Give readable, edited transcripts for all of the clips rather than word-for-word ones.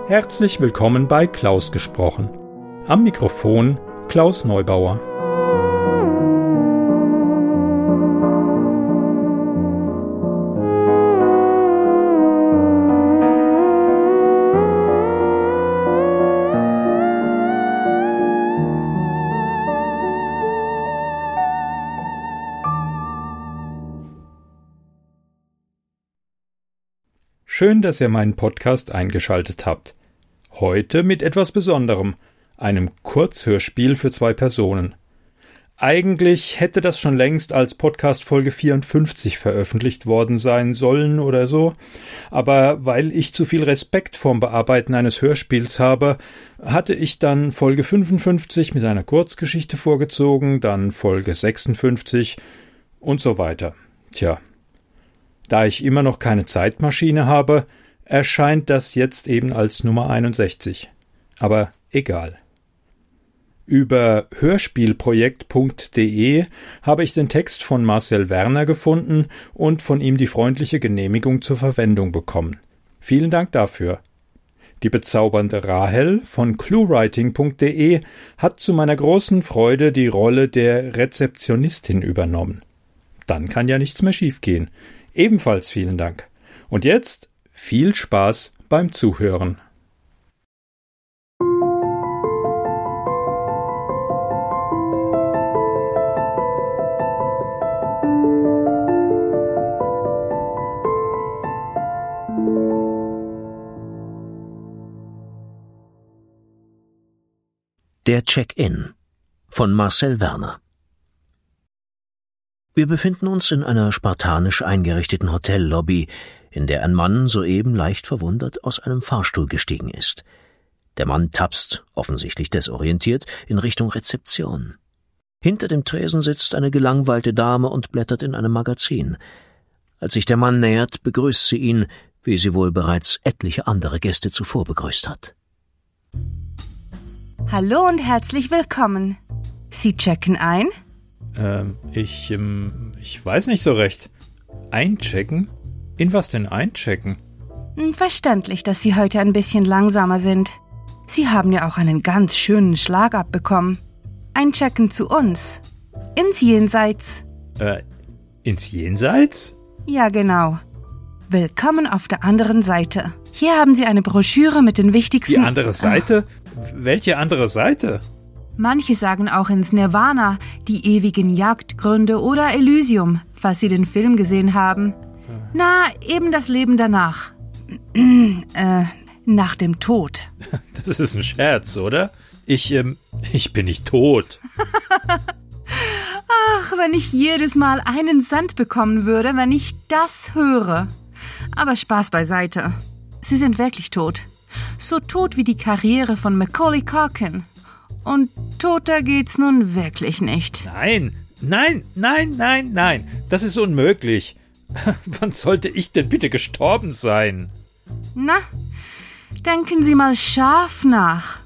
Herzlich willkommen bei Klaus gesprochen. Am Mikrofon Klaus Neubauer. Schön, dass ihr meinen Podcast eingeschaltet habt. Heute mit etwas Besonderem, einem Kurzhörspiel für 2 Personen. Eigentlich hätte das schon längst als Podcast Folge 54 veröffentlicht worden sein sollen oder so, aber weil ich zu viel Respekt vorm Bearbeiten eines Hörspiels habe, hatte ich dann Folge 55 mit einer Kurzgeschichte vorgezogen, dann Folge 56 und so weiter. Tja. Da ich immer noch keine Zeitmaschine habe, erscheint das jetzt eben als Nummer 61. Aber egal. Über hörspielprojekt.de habe ich den Text von Marcel Werner gefunden und von ihm die freundliche Genehmigung zur Verwendung bekommen. Vielen Dank dafür. Die bezaubernde Rahel von cluewriting.de hat zu meiner großen Freude die Rolle der Rezeptionistin übernommen. Dann kann ja nichts mehr schiefgehen. Ebenfalls vielen Dank. Und jetzt viel Spaß beim Zuhören. Der Check-in von Marcel Werner. Wir befinden uns in einer spartanisch eingerichteten Hotellobby, in der ein Mann soeben leicht verwundert aus einem Fahrstuhl gestiegen ist. Der Mann tapst, offensichtlich desorientiert, in Richtung Rezeption. Hinter dem Tresen sitzt eine gelangweilte Dame und blättert in einem Magazin. Als sich der Mann nähert, begrüßt sie ihn, wie sie wohl bereits etliche andere Gäste zuvor begrüßt hat. Hallo und herzlich willkommen. Sie checken ein? Ich weiß nicht so recht. Einchecken? In was denn einchecken? Verständlich, dass Sie heute ein bisschen langsamer sind. Sie haben ja auch einen ganz schönen Schlag abbekommen. Einchecken zu uns. Ins Jenseits. Ins Jenseits? Ja, genau. Willkommen auf der anderen Seite. Hier haben Sie eine Broschüre mit den wichtigsten... Die andere Seite? Welche andere Seite? Manche sagen auch ins Nirvana, die ewigen Jagdgründe oder Elysium, falls Sie den Film gesehen haben. Na, eben das Leben danach. Nach dem Tod. Das ist ein Scherz, oder? Ich bin nicht tot. Ach, wenn ich jedes Mal einen Cent bekommen würde, wenn ich das höre. Aber Spaß beiseite. Sie sind wirklich tot. So tot wie die Karriere von Macaulay Culkin. Und toter geht's nun wirklich nicht. Nein. Das ist unmöglich. Wann sollte ich denn bitte gestorben sein? Na, denken Sie mal scharf nach.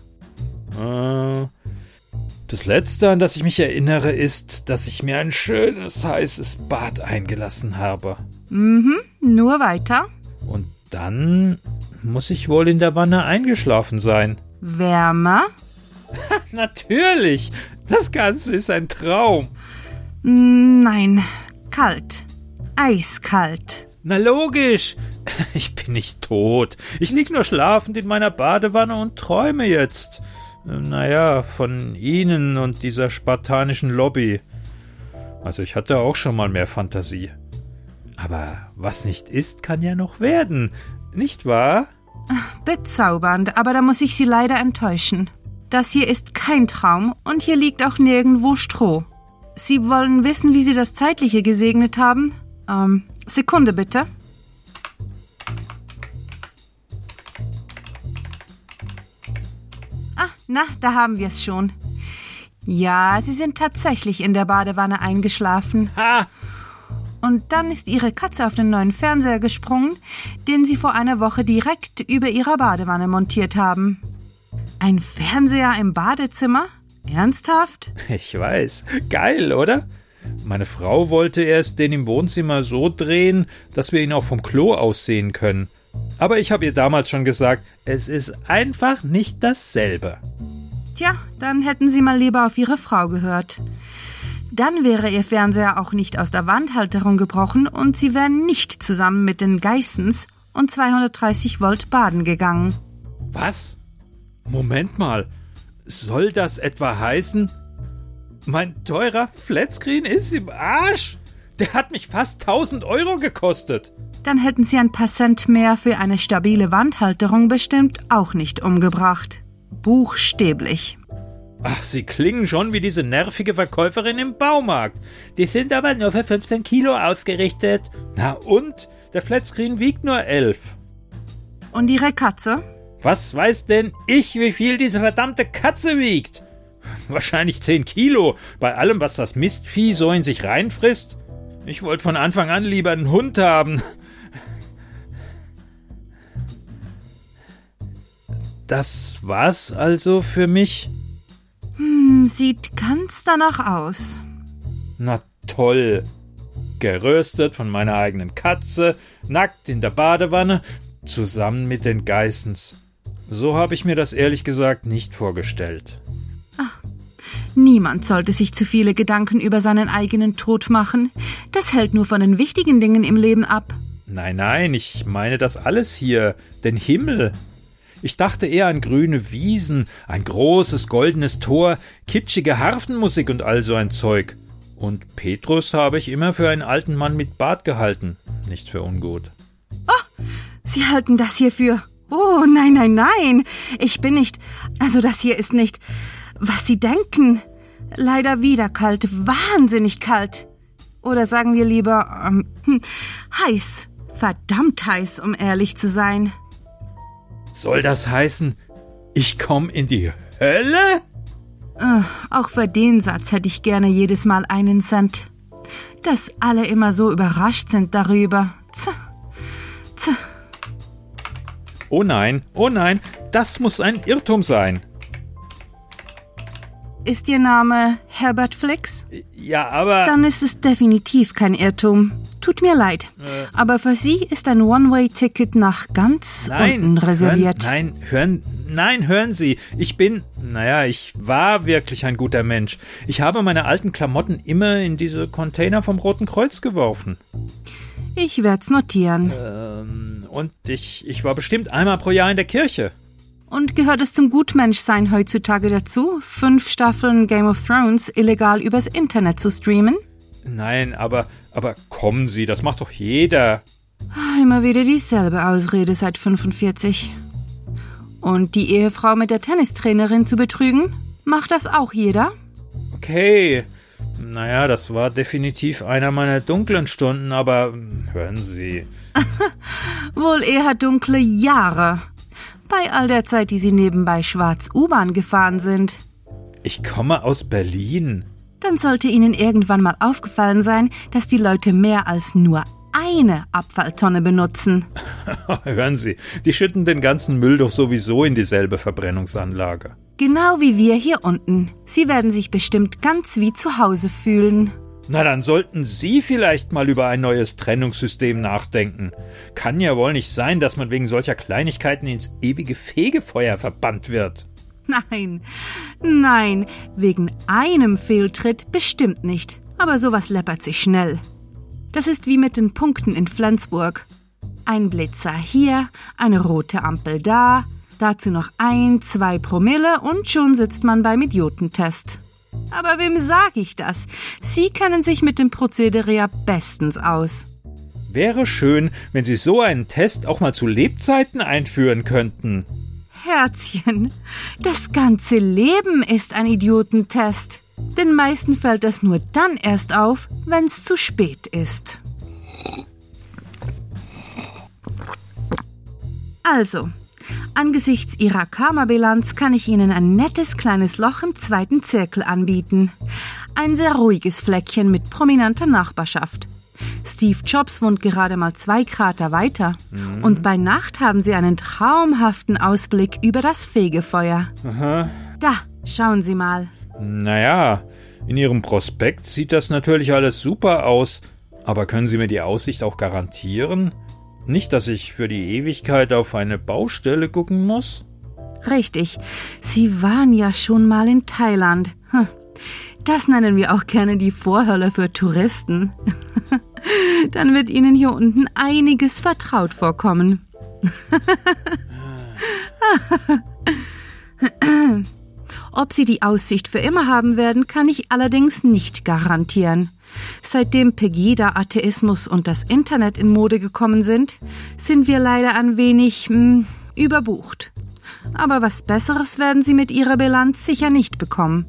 Das Letzte, an das ich mich erinnere, ist, dass ich mir ein schönes, heißes Bad eingelassen habe. Nur weiter. Und dann muss ich wohl in der Wanne eingeschlafen sein. Wärmer? Natürlich! Das Ganze ist ein Traum. Nein, kalt. Eiskalt. Na logisch. Ich bin nicht tot. Ich lieg nur schlafend in meiner Badewanne und träume jetzt. Von Ihnen und dieser spartanischen Lobby. Also ich hatte auch schon mal mehr Fantasie. Aber was nicht ist, kann ja noch werden. Nicht wahr? Bezaubernd, aber da muss ich Sie leider enttäuschen. Das hier ist kein Traum und hier liegt auch nirgendwo Stroh. Sie wollen wissen, wie Sie das Zeitliche gesegnet haben? Sekunde bitte. Da haben wir es schon. Ja, Sie sind tatsächlich in der Badewanne eingeschlafen. Ha! Und dann ist Ihre Katze auf den neuen Fernseher gesprungen, den Sie vor einer Woche direkt über Ihrer Badewanne montiert haben. Ein Fernseher im Badezimmer? Ernsthaft? Ich weiß. Geil, oder? Meine Frau wollte erst den im Wohnzimmer so drehen, dass wir ihn auch vom Klo aus sehen können. Aber ich habe ihr damals schon gesagt, es ist einfach nicht dasselbe. Tja, dann hätten Sie mal lieber auf Ihre Frau gehört. Dann wäre Ihr Fernseher auch nicht aus der Wandhalterung gebrochen und Sie wären nicht zusammen mit den Geissens und 230 Volt baden gegangen. Was? Moment mal. Soll das etwa heißen, mein teurer Flatscreen ist im Arsch? Der hat mich fast 1.000 € gekostet. Dann hätten Sie ein paar Cent mehr für eine stabile Wandhalterung bestimmt auch nicht umgebracht. Buchstäblich. Ach, Sie klingen schon wie diese nervige Verkäuferin im Baumarkt. Die sind aber nur für 15 Kilo ausgerichtet. Na und? Der Flatscreen wiegt nur 11. Und Ihre Katze? Was weiß denn ich, wie viel diese verdammte Katze wiegt? Wahrscheinlich 10 Kilo, bei allem, was das Mistvieh so in sich reinfrisst. Ich wollte von Anfang an lieber einen Hund haben. Das war's also für mich? Sieht ganz danach aus. Na toll. Geröstet von meiner eigenen Katze, nackt in der Badewanne, zusammen mit den Geissens. So habe ich mir das ehrlich gesagt nicht vorgestellt. Niemand sollte sich zu viele Gedanken über seinen eigenen Tod machen. Das hält nur von den wichtigen Dingen im Leben ab. Nein, ich meine das alles hier, den Himmel. Ich dachte eher an grüne Wiesen, ein großes goldenes Tor, kitschige Harfenmusik und all so ein Zeug. Und Petrus habe ich immer für einen alten Mann mit Bart gehalten, nicht für ungut. Oh, Sie halten das hier für... Oh, nein. Ich bin nicht... Also das hier ist nicht... Was Sie denken. Leider wieder kalt, wahnsinnig kalt. Oder sagen wir lieber... heiß. Verdammt heiß, um ehrlich zu sein. Soll das heißen, ich komme in die Hölle? Auch für den Satz hätte ich gerne jedes Mal 1 Cent. Dass alle immer so überrascht sind darüber. Oh nein, das muss ein Irrtum sein. Ist Ihr Name Herbert Flix? Ja, aber... Dann ist es definitiv kein Irrtum. Tut mir leid. Aber für Sie ist ein One-Way-Ticket nach ganz unten reserviert. Hören Sie. Ich war wirklich ein guter Mensch. Ich habe meine alten Klamotten immer in diese Container vom Roten Kreuz geworfen. Ich werd's notieren. Und ich war bestimmt einmal pro Jahr in der Kirche. Und gehört es zum Gutmenschsein heutzutage dazu, 5 Staffeln Game of Thrones illegal übers Internet zu streamen? Nein, aber kommen Sie, das macht doch jeder. Immer wieder dieselbe Ausrede seit 45. Und die Ehefrau mit der Tennistrainerin zu betrügen, macht das auch jeder? Okay, naja, das war definitiv einer meiner dunklen Stunden, aber hören Sie. Wohl eher dunkle Jahre. Bei all der Zeit, die Sie nebenbei schwarz U-Bahn gefahren sind. Ich komme aus Berlin. Dann sollte Ihnen irgendwann mal aufgefallen sein, dass die Leute mehr als nur eine Abfalltonne benutzen. Hören Sie, die schütten den ganzen Müll doch sowieso in dieselbe Verbrennungsanlage. Genau wie wir hier unten. Sie werden sich bestimmt ganz wie zu Hause fühlen. Na, dann sollten Sie vielleicht mal über ein neues Trennungssystem nachdenken. Kann ja wohl nicht sein, dass man wegen solcher Kleinigkeiten ins ewige Fegefeuer verbannt wird. Nein, wegen einem Fehltritt bestimmt nicht. Aber sowas läppert sich schnell. Das ist wie mit den Punkten in Flensburg. Ein Blitzer hier, eine rote Ampel da, dazu noch 1-2 Promille und schon sitzt man beim Idiotentest. Aber wem sage ich das? Sie kennen sich mit dem Prozedere ja bestens aus. Wäre schön, wenn Sie so einen Test auch mal zu Lebzeiten einführen könnten. Herzchen, das ganze Leben ist ein Idiotentest. Den meisten fällt das nur dann erst auf, wenn's zu spät ist. Also, angesichts Ihrer Karma-Bilanz kann ich Ihnen ein nettes kleines Loch im 2. Zirkel anbieten. Ein sehr ruhiges Fleckchen mit prominenter Nachbarschaft. Steve Jobs wohnt gerade mal 2 Krater weiter. Und bei Nacht haben Sie einen traumhaften Ausblick über das Fegefeuer. Aha. Da, schauen Sie mal. Naja, in Ihrem Prospekt sieht das natürlich alles super aus. Aber können Sie mir die Aussicht auch garantieren? Nicht, dass ich für die Ewigkeit auf eine Baustelle gucken muss? Richtig. Sie waren ja schon mal in Thailand. Das nennen wir auch gerne die Vorhölle für Touristen. Dann wird Ihnen hier unten einiges vertraut vorkommen. Ob Sie die Aussicht für immer haben werden, kann ich allerdings nicht garantieren. Seitdem Pegida, Atheismus und das Internet in Mode gekommen sind wir leider ein wenig überbucht. Aber was Besseres werden Sie mit Ihrer Bilanz sicher nicht bekommen.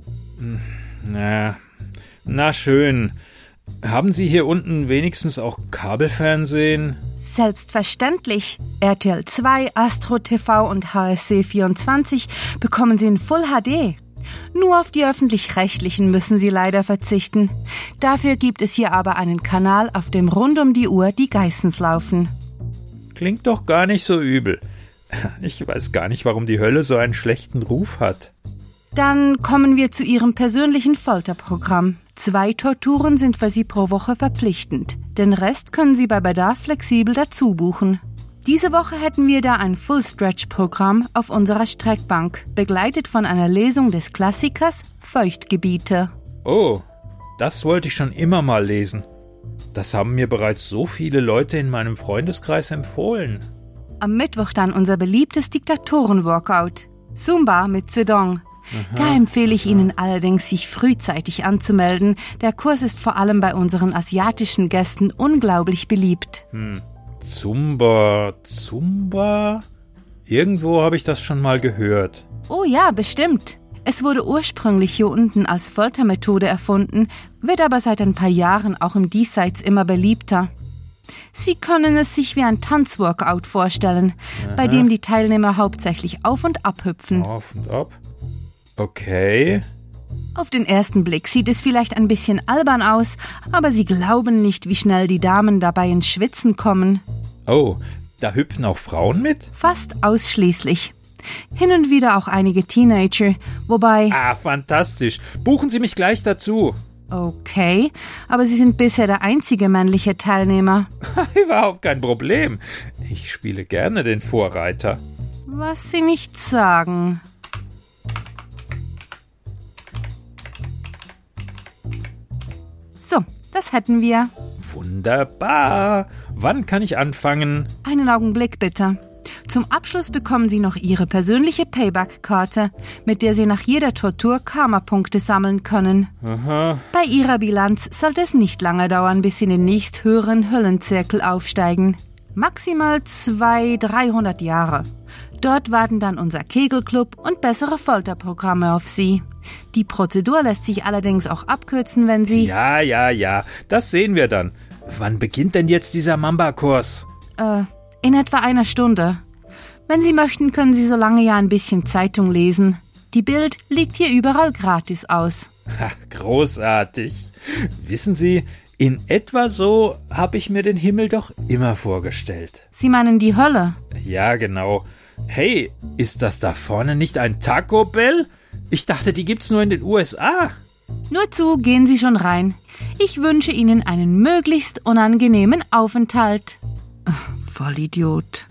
Na schön. Haben Sie hier unten wenigstens auch Kabelfernsehen? Selbstverständlich. RTL 2, Astro TV und HSC 24 bekommen Sie in Full HD. Nur auf die öffentlich-rechtlichen müssen Sie leider verzichten. Dafür gibt es hier aber einen Kanal, auf dem rund um die Uhr die Geissens laufen. Klingt doch gar nicht so übel. Ich weiß gar nicht, warum die Hölle so einen schlechten Ruf hat. Dann kommen wir zu Ihrem persönlichen Folterprogramm. 2 Torturen sind für Sie pro Woche verpflichtend. Den Rest können Sie bei Bedarf flexibel dazu buchen. Diese Woche hätten wir da ein Full-Stretch-Programm auf unserer Streckbank, begleitet von einer Lesung des Klassikers Feuchtgebiete. Oh, das wollte ich schon immer mal lesen. Das haben mir bereits so viele Leute in meinem Freundeskreis empfohlen. Am Mittwoch dann unser beliebtes Diktatoren-Workout. Zumba mit Zedong. Da empfehle ich Ihnen allerdings, sich frühzeitig anzumelden. Der Kurs ist vor allem bei unseren asiatischen Gästen unglaublich beliebt. Zumba? Irgendwo habe ich das schon mal gehört. Oh ja, bestimmt. Es wurde ursprünglich hier unten als Foltermethode erfunden, wird aber seit ein paar Jahren auch im Diesseits immer beliebter. Sie können es sich wie ein Tanzworkout vorstellen, bei dem die Teilnehmer hauptsächlich auf und ab hüpfen. Auf und ab? Okay. Auf den ersten Blick sieht es vielleicht ein bisschen albern aus, aber Sie glauben nicht, wie schnell die Damen dabei ins Schwitzen kommen. Oh, da hüpfen auch Frauen mit? Fast ausschließlich. Hin und wieder auch einige Teenager, wobei... Fantastisch. Buchen Sie mich gleich dazu. Okay, aber Sie sind bisher der einzige männliche Teilnehmer. Überhaupt kein Problem. Ich spiele gerne den Vorreiter. Was Sie nicht sagen. So, das hätten wir. Wunderbar. Wann kann ich anfangen? Einen Augenblick bitte. Zum Abschluss bekommen Sie noch Ihre persönliche Payback-Karte, mit der Sie nach jeder Tortur Karma-Punkte sammeln können. Aha. Bei Ihrer Bilanz sollte es nicht lange dauern, bis Sie in den nächsthöheren Höllenzirkel aufsteigen. Maximal 200-300 Jahre. Dort warten dann unser Kegelclub und bessere Folterprogramme auf Sie. Die Prozedur lässt sich allerdings auch abkürzen, wenn Sie... Ja, das sehen wir dann. Wann beginnt denn jetzt dieser Mamba-Kurs? In etwa einer Stunde. Wenn Sie möchten, können Sie so lange ja ein bisschen Zeitung lesen. Die Bild liegt hier überall gratis aus. Großartig. Wissen Sie, in etwa so habe ich mir den Himmel doch immer vorgestellt. Sie meinen die Hölle? Ja, genau. Hey, ist das da vorne nicht ein Taco Bell? Ich dachte, die gibt's nur in den USA. Nur zu, gehen Sie schon rein. Ich wünsche Ihnen einen möglichst unangenehmen Aufenthalt. Vollidiot.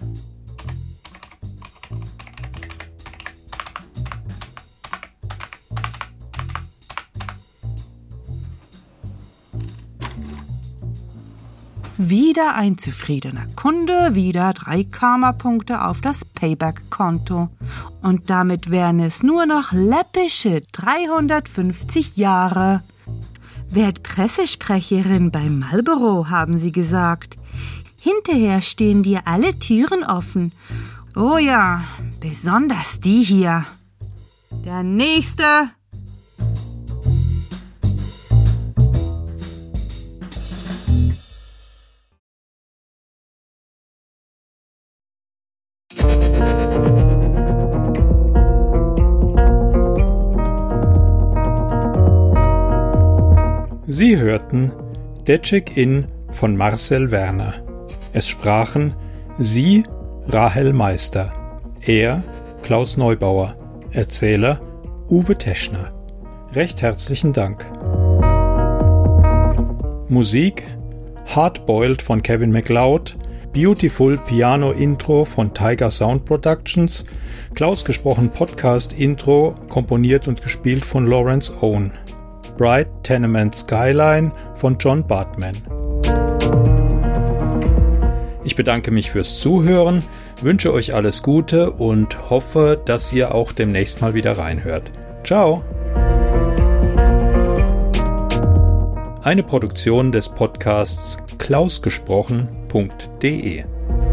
Wieder ein zufriedener Kunde, wieder 3 Karma-Punkte auf das Payback-Konto. Und damit wären es nur noch läppische 350 Jahre. Werd Pressesprecherin bei Marlboro, haben sie gesagt. Hinterher stehen dir alle Türen offen. Oh ja, besonders die hier. Der nächste. Sie hörten Der Check-in von Marcel Werner. Es sprachen Sie, Rahel Meister, er, Klaus Neubauer, Erzähler, Uwe Teschner. Recht herzlichen Dank. Musik Hardboiled von Kevin MacLeod, Beautiful Piano Intro von Tiger Sound Productions, Klaus gesprochen Podcast Intro, komponiert und gespielt von Lawrence Owen, Bright Tenement Skyline von John Bartman. Ich bedanke mich fürs Zuhören, wünsche euch alles Gute und hoffe, dass ihr auch demnächst mal wieder reinhört. Ciao! Eine Produktion des Podcasts klausgesprochen.de.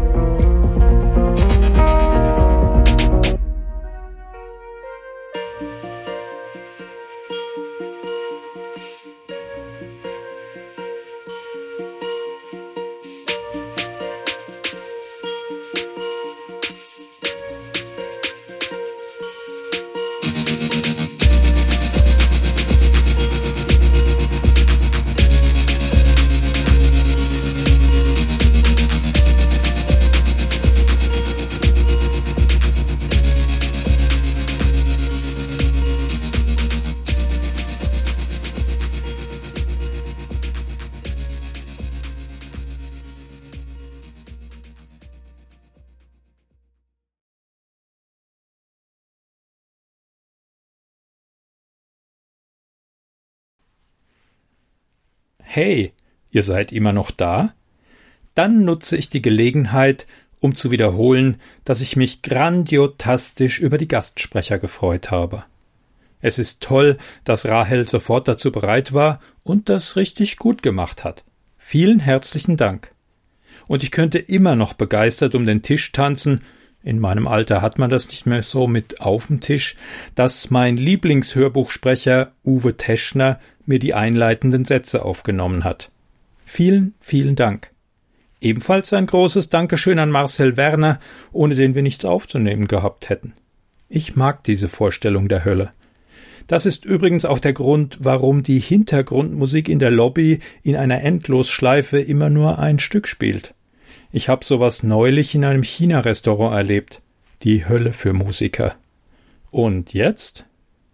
Hey, ihr seid immer noch da? Dann nutze ich die Gelegenheit, um zu wiederholen, dass ich mich grandiotastisch über die Gastsprecher gefreut habe. Es ist toll, dass Rahel sofort dazu bereit war und das richtig gut gemacht hat. Vielen herzlichen Dank. Und ich könnte immer noch begeistert um den Tisch tanzen, in meinem Alter hat man das nicht mehr so mit auf dem Tisch, dass mein Lieblingshörbuchsprecher Uwe Teschner mir die einleitenden Sätze aufgenommen hat. Vielen, vielen Dank. Ebenfalls ein großes Dankeschön an Marcel Werner, ohne den wir nichts aufzunehmen gehabt hätten. Ich mag diese Vorstellung der Hölle. Das ist übrigens auch der Grund, warum die Hintergrundmusik in der Lobby in einer Endlosschleife immer nur ein Stück spielt. Ich habe sowas neulich in einem China-Restaurant erlebt. Die Hölle für Musiker. Und jetzt?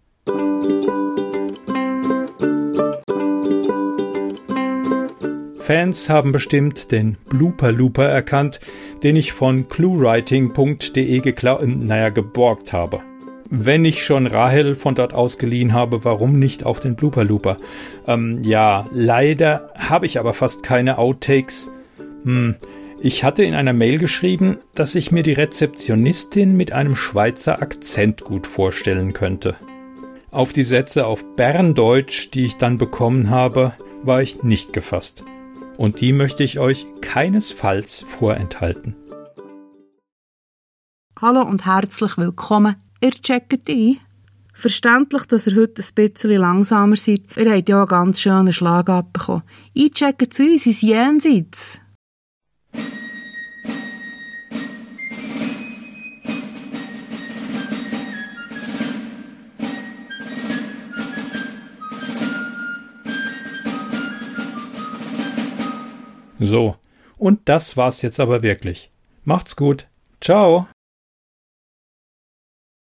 Fans haben bestimmt den Blooper-Looper erkannt, den ich von cluewriting.de geborgt habe. Wenn ich schon Rahel von dort ausgeliehen habe, warum nicht auch den Blooper-Looper? Leider habe ich aber fast keine Outtakes. Ich hatte in einer Mail geschrieben, dass ich mir die Rezeptionistin mit einem Schweizer Akzent gut vorstellen könnte. Auf die Sätze auf Berndeutsch, die ich dann bekommen habe, war ich nicht gefasst. Und die möchte ich euch keinesfalls vorenthalten. Hallo und herzlich willkommen. Ihr checkt ein. Verständlich, dass ihr heute ein bisschen langsamer seid. Ihr habt ja einen ganz schönen Schlag abbekommen. Einchecken zu uns ins Jenseits. So, und das war's jetzt aber wirklich. Macht's gut. Ciao.